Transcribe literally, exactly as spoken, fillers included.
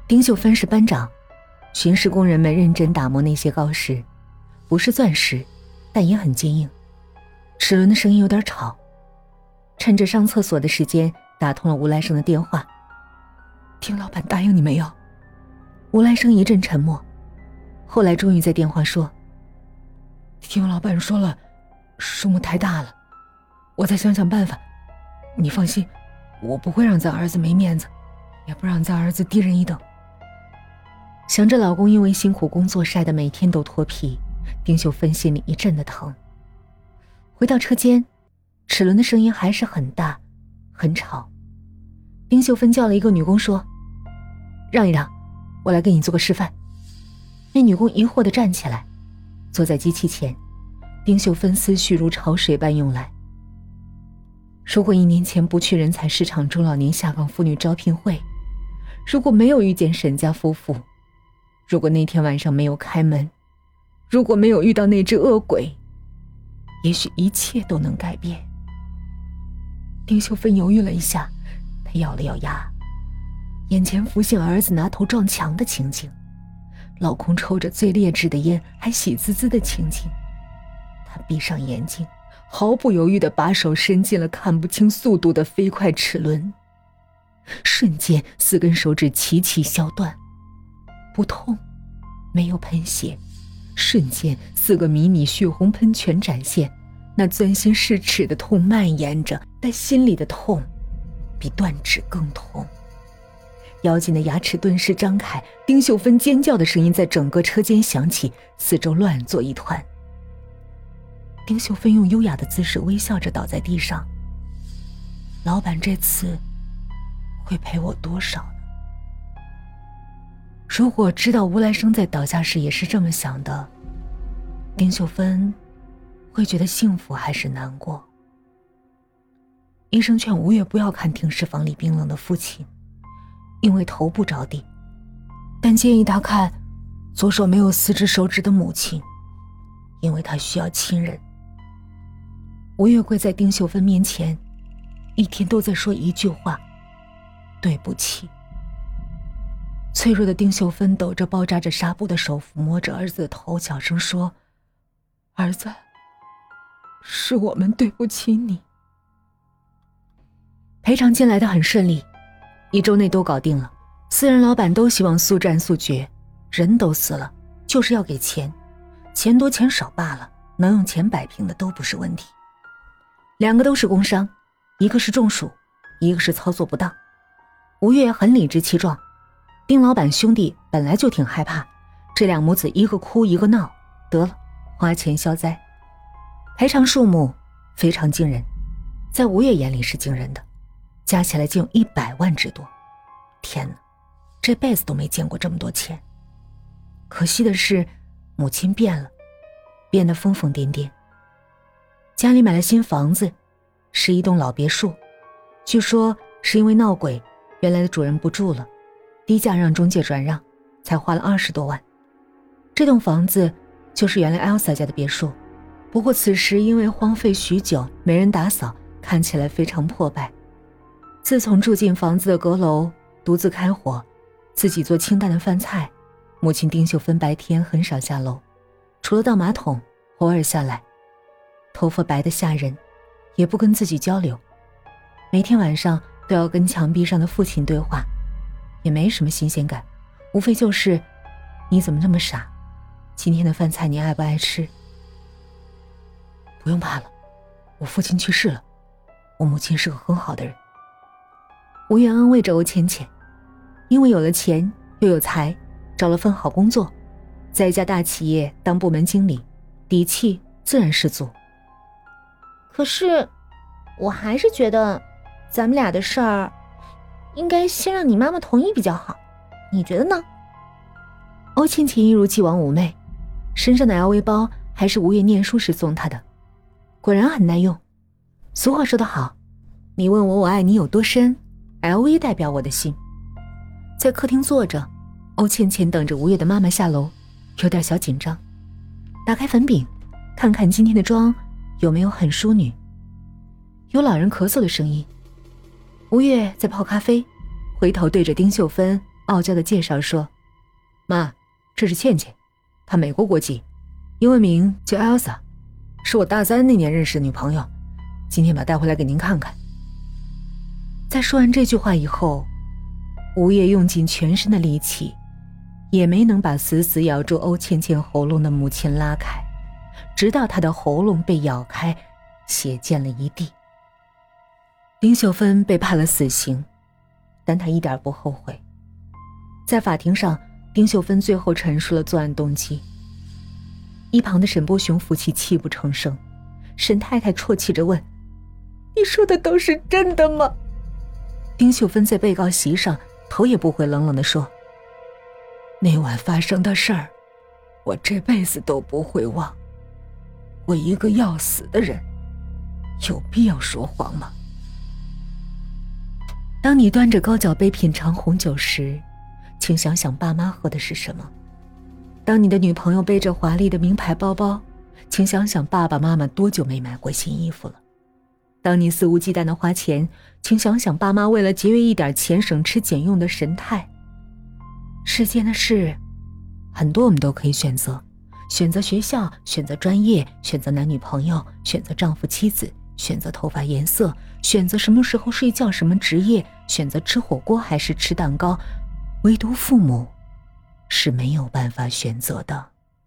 丁秀芬是班长，巡视工人们认真打磨那些高石，不是钻石，但也很坚硬。齿轮的声音有点吵，趁着上厕所的时间打通了吴来生的电话。 丁老板答应你没有？ 吴来生一阵沉默，后来终于在电话说， 丁老板说了，数目太大了，我再想想办法。你放心，我不会让咱儿子没面子，也不让咱儿子低人一等。 想着老公因为辛苦工作晒得每天都脱皮，丁秀芬心里一阵的疼。回到车间，齿轮的声音还是很大很吵。丁秀芬叫了一个女工说，让一让，我来给你做个示范。那女工疑惑地站起来，坐在机器前。丁秀芬思绪如潮水般涌来。如果一年前不去人才市场中老年下岗妇女招聘会，如果没有遇见沈家夫妇，如果那天晚上没有开门，如果没有遇到那只恶鬼，也许一切都能改变。 丁秀芬犹豫了一下，她咬了咬牙，眼前浮现儿子拿头撞墙的情景，老公抽着最劣质的烟还喜滋滋的情景。她闭上眼睛，毫不犹豫地把手伸进了看不清速度的飞快齿轮。瞬间四根手指齐齐削断，不痛，没有喷血。瞬间四个迷你血红喷泉展现，那钻心噬齿的痛蔓延着，但心里的痛比断指更痛。咬紧的牙齿顿时张开，丁秀芬尖叫的声音在整个车间响起，四周乱作一团。丁秀芬用优雅的姿势微笑着倒在地上。老板这次会赔我多少呢？如果知道吴来生在倒下时也是这么想的，丁秀芬会觉得幸福还是难过？医生劝吴越不要看停尸房里冰冷的父亲，因为头不着地，但建议他看左手没有四只手指的母亲，因为他需要亲人。吴越跪在丁秀芬面前，一天都在说一句话，对不起。脆弱的丁秀芬抖着包扎着纱布的手，抚摸着儿子的头，小声说，儿子，是我们对不起你。赔偿进来的很顺利，一周内都搞定了。私人老板都希望速战速决，人都死了，就是要给钱，钱多钱少罢了，能用钱摆平的都不是问题。两个都是工伤，一个是中暑，一个是操作不当。吴越很理直气壮，丁老板兄弟本来就挺害怕，这两母子一个哭一个闹，得了，花钱消灾。赔偿数目非常惊人，在吴越眼里是惊人的，加起来竟有一百万之多。天哪，这辈子都没见过这么多钱。可惜的是，母亲变了，变得疯疯癫癫。家里买了新房子，是一栋老别墅，据说是因为闹鬼，原来的主人不住了，低价让中介转让，才花了二十多万。这栋房子就是原来 Elsa 家的别墅，不过此时因为荒废许久，没人打扫，看起来非常破败。自从住进房子的阁楼，独自开火，自己做清淡的饭菜，母亲丁秀芬白天很少下楼，除了倒马桶，偶尔下来，头发白得吓人，也不跟自己交流，每天晚上都要跟墙壁上的父亲对话，也没什么新鲜感，无非就是你怎么那么傻，今天的饭菜你爱不爱吃？不用怕了，我父亲去世了，我母亲是个很好的人。吴越安慰着欧倩倩，因为有了钱又有才，找了份好工作，在一家大企业当部门经理，底气自然十足。 可是我还是觉得咱们俩的事儿应该先让你妈妈同意比较好，你觉得呢？ 欧倩倩一如既往妩媚，身上的 L V 包还是吴越念书时送她的，果然很耐用。俗话说得好，你问我我爱你有多深， L V 代表我的心。在客厅坐着，欧倩倩等着吴越的妈妈下楼，有点小紧张。打开粉饼，看看今天的妆有没有很淑女。有老人咳嗽的声音，吴越在泡咖啡，回头对着丁秀芬、 傲娇的介绍说：“妈，这是倩倩，她美国国籍，英文名叫 Elsa， 是我大三那年认识的女朋友，今天把带回来给您看看。”在说完这句话以后，吴叶用尽全身的力气，也没能把死死咬住欧倩倩喉咙的母亲拉开，直到她的喉咙被咬开，血溅了一地。丁秀芬被判了死刑，但她一点不后悔。在法庭上，丁秀芬最后陈述了作案动机。一旁的沈波雄夫妻泣不成声，沈太太啜泣着问：“你说的都是真的吗？”丁秀芬在被告席上头也不回，冷冷地说：“那晚发生的事儿，我这辈子都不会忘。我一个要死的人，有必要说谎吗？”当你端着高脚杯品尝红酒时，请想想爸妈喝的是什么；当你的女朋友背着华丽的名牌包包，请想想爸爸妈妈多久没买过新衣服了；当你肆无忌惮的花钱，请想想爸妈为了节约一点钱省吃俭用的神态。世间的事很多，我们都可以选择，选择学校，选择专业，选择男女朋友，选择丈夫妻子，选择头发颜色，选择什么时候睡觉，什么职业，选择吃火锅还是吃蛋糕，唯独父母是没有办法选择的。